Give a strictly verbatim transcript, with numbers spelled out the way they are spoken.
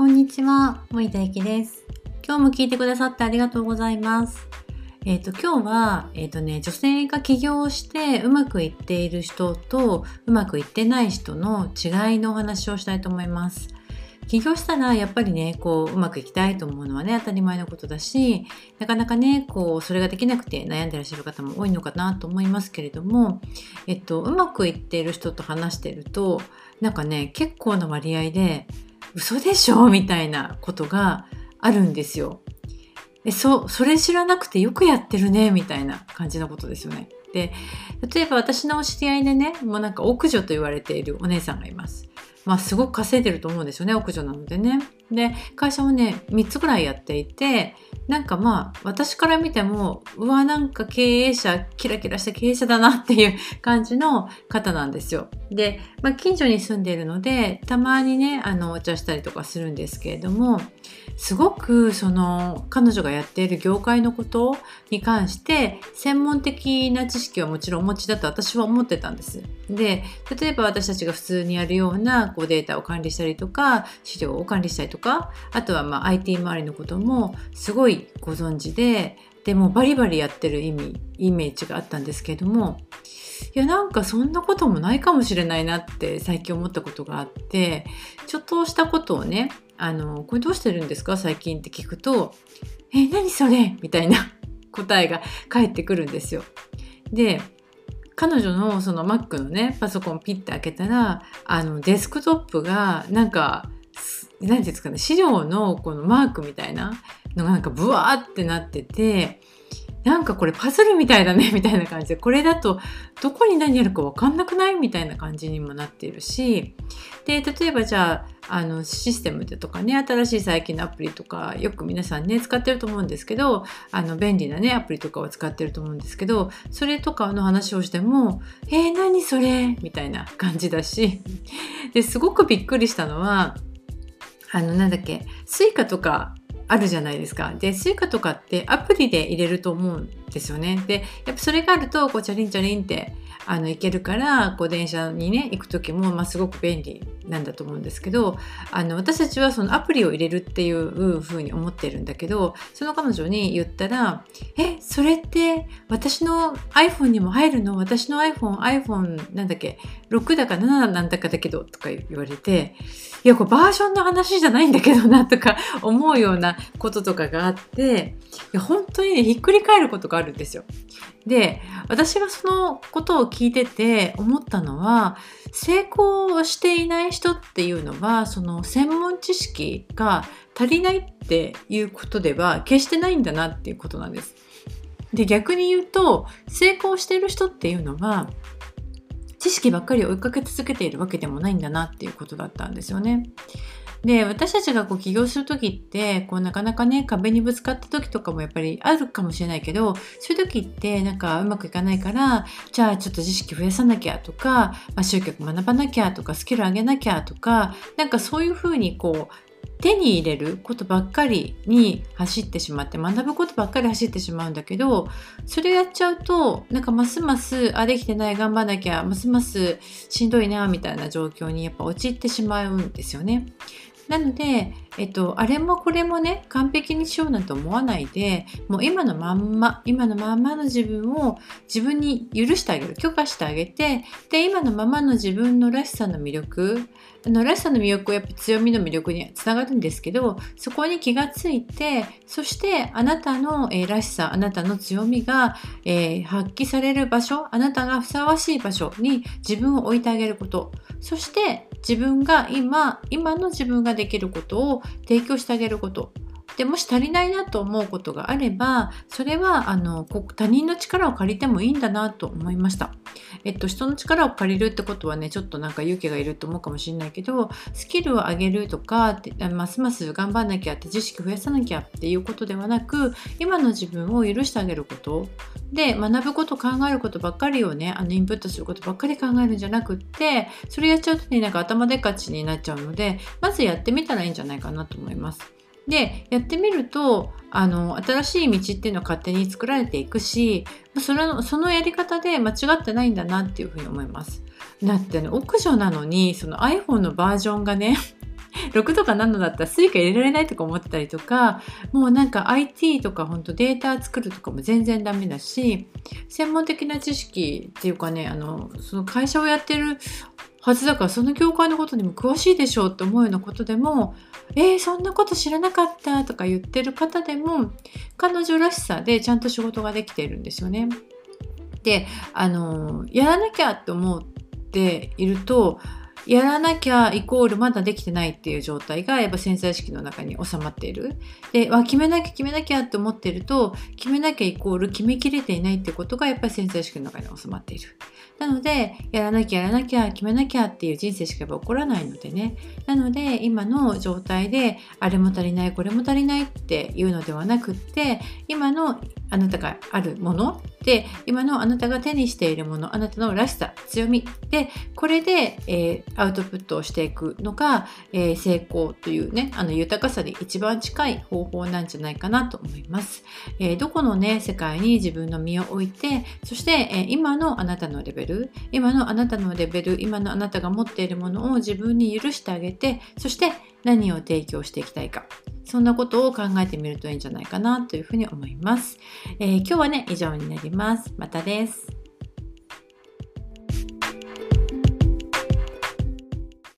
こんにちは、森田ゆきです。今日も聞いてくださってありがとうございます。えっ、と今日はえっ、とね女性が起業してうまくいっている人とうまくいってない人の違いのお話をしたいと思います。起業したらやっぱりねこううまくいきたいと思うのはね当たり前のことだし、なかなかねこうそれができなくて悩んでらっしゃる方も多いのかなと思いますけれども、えっとうまくいっている人と話しているとなんかね結構な割合で嘘でしょみたいなことがあるんですよ。えそそれ知らなくてよくやってるねみたいな感じのことですよね。で例えば私のお知り合いでねもうなんか奥女と言われているお姉さんがいます。まあすごく稼いでると思うんですよね、奥女なのでね。で会社をねみっつぐらいやっていて、なんかまあ私から見てもうわなんか経営者キラキラした経営者だなっていう感じの方なんですよ。で、まあ、近所に住んでいるのでたまにねあのお茶したりとかするんですけれども、すごくその彼女がやっている業界のことに関して専門的な知識はもちろんお持ちだと私は思ってたんです。で例えば私たちが普通にやるようなこうデータを管理したりとか資料を管理したりとか、あとはまあ アイティー 周りのこともすごいご存知で、でもバリバリやってる意味イメージがあったんですけれども、いやなんかそんなこともないかもしれないなって最近思ったことがあって、ちょっとしたことをねあのこれどうしてるんですか最近って聞くと、え何それみたいな答えが返ってくるんですよ。で彼女のその Mac のねパソコンピッて開けたらあのデスクトップがなんか何ていうんですかね、資料のこのマークみたいなのがなんかブワーってなってて、なんかこれパズルみたいだねみたいな感じで、これだとどこに何やるか分かんなくないみたいな感じにもなっているし、で例えばじゃああのシステムでとかね新しい最近のアプリとかよく皆さんね使ってると思うんですけど、あの便利なねアプリとかを使ってると思うんですけど、それとかの話をしてもえー、何それみたいな感じだし、ですごくびっくりしたのはあのなんだっけスイカとかあるじゃないですか。でスイカとかってアプリで入れると思うんですよね。でやっぱそれがあるとこうチャリンチャリンってあの行けるから、こう電車にね行く時も、まあ、すごく便利なんだと思うんですけど、あの私たちはそのアプリを入れるっていう風に思ってるんだけど、その彼女に言ったらえそれって私の iPhone にも入るの？私の iPhone iPhone なんだっけろくだかなななんだかだけどとか言われて、いやこれバージョンの話じゃないんだけどなとか思うようなこととかがあって、いや本当にねひっくり返ることがあるんですよ。で私がそのことを聞いてて思ったのは、成功していない人っていうのはその専門知識が足りないっていうことでは決してないんだなっていうことなんです。で逆に言うと成功している人っていうのは知識ばっかり追いかけ続けているわけでもないんだなっていうことだったんですよね。で私たちがこう起業する時ってこうなかなかね壁にぶつかった時とかもやっぱりあるかもしれないけど、そういう時ってなんかうまくいかないから、じゃあちょっと知識増やさなきゃとか、まあ、集客学ばなきゃとかスキル上げなきゃとか、なんかそういうふうにこう手に入れることばっかりに走ってしまって、学ぶことばっかり走ってしまうんだけど、それやっちゃうとなんかますますあできてない頑張んなきゃますますしんどいなみたいな状況にやっぱ陥ってしまうんですよね。なので、えっと、あれもこれもね完璧にしようなんて思わないで、もう今のまんま今のまんまの自分を自分に許してあげる、許可してあげて、で今のままの自分のらしさの魅力あのらしさの魅力はやっぱ強みの魅力につながるんですけど、そこに気がついて、そしてあなたの、えー、らしさあなたの強みが、えー、発揮される場所、あなたがふさわしい場所に自分を置いてあげること、そして自分が今今の自分ができることを提供してあげること。でもし足りないなと思うことがあれば、それはあの他人の力を借りてもいいんだなと思いました。えっと、人の力を借りるってことはねちょっとなんか勇気がいると思うかもしれないけど、スキルを上げるとかますます頑張んなきゃって知識増やさなきゃっていうことではなく、今の自分を許してあげることで、学ぶこと考えることばっかりをねあのインプットすることばっかり考えるんじゃなくって、それやっちゃうとねなんか頭でっかちになっちゃうので、まずやってみたらいいんじゃないかなと思います。でやってみるとあの新しい道っていうのは勝手に作られていくし、その、そのやり方で間違ってないんだなっていうふうに思います。だってね奥女なのにその iPhone のバージョンがねろくとかななだったらスイカ入れられないとか思ってたりとか、もうなんか アイティー とか本当データ作るとかも全然ダメだし、専門的な知識っていうかね、あのその会社をやってるはずだから、その業界のことにも詳しいでしょうって思うようなことでも、えー、そんなこと知らなかったとか言ってる方でも、彼女らしさでちゃんと仕事ができているんですよね。で、あのやらなきゃって思っていると、やらなきゃイコールまだできてないっていう状態がやっぱ潜在意識の中に収まっている。で、わ決めなきゃ決めなきゃって思っていると、決めなきゃイコール決めきれていないってことがやっぱり潜在意識の中に収まっている。なので、やらなきゃやらなきゃ決めなきゃっていう人生しかやっぱ起こらないのでね。なので、今の状態であれも足りないこれも足りないっていうのではなくって、今のあなたがあるもので、今のあなたが手にしているもの、あなたのらしさ、強みで、これで、えー、アウトプットをしていくのが、えー、成功というね、あの豊かさに一番近い方法なんじゃないかなと思います。えー、どこのね、世界に自分の身を置いて、そして、えー、今のあなたのレベル、今のあなたのレベル、今のあなたが持っているものを自分に許してあげて、そして何を提供していきたいか。そんなことを考えてみるといいんじゃないかなというふうに思います。えー、今日はね、以上になります。またです。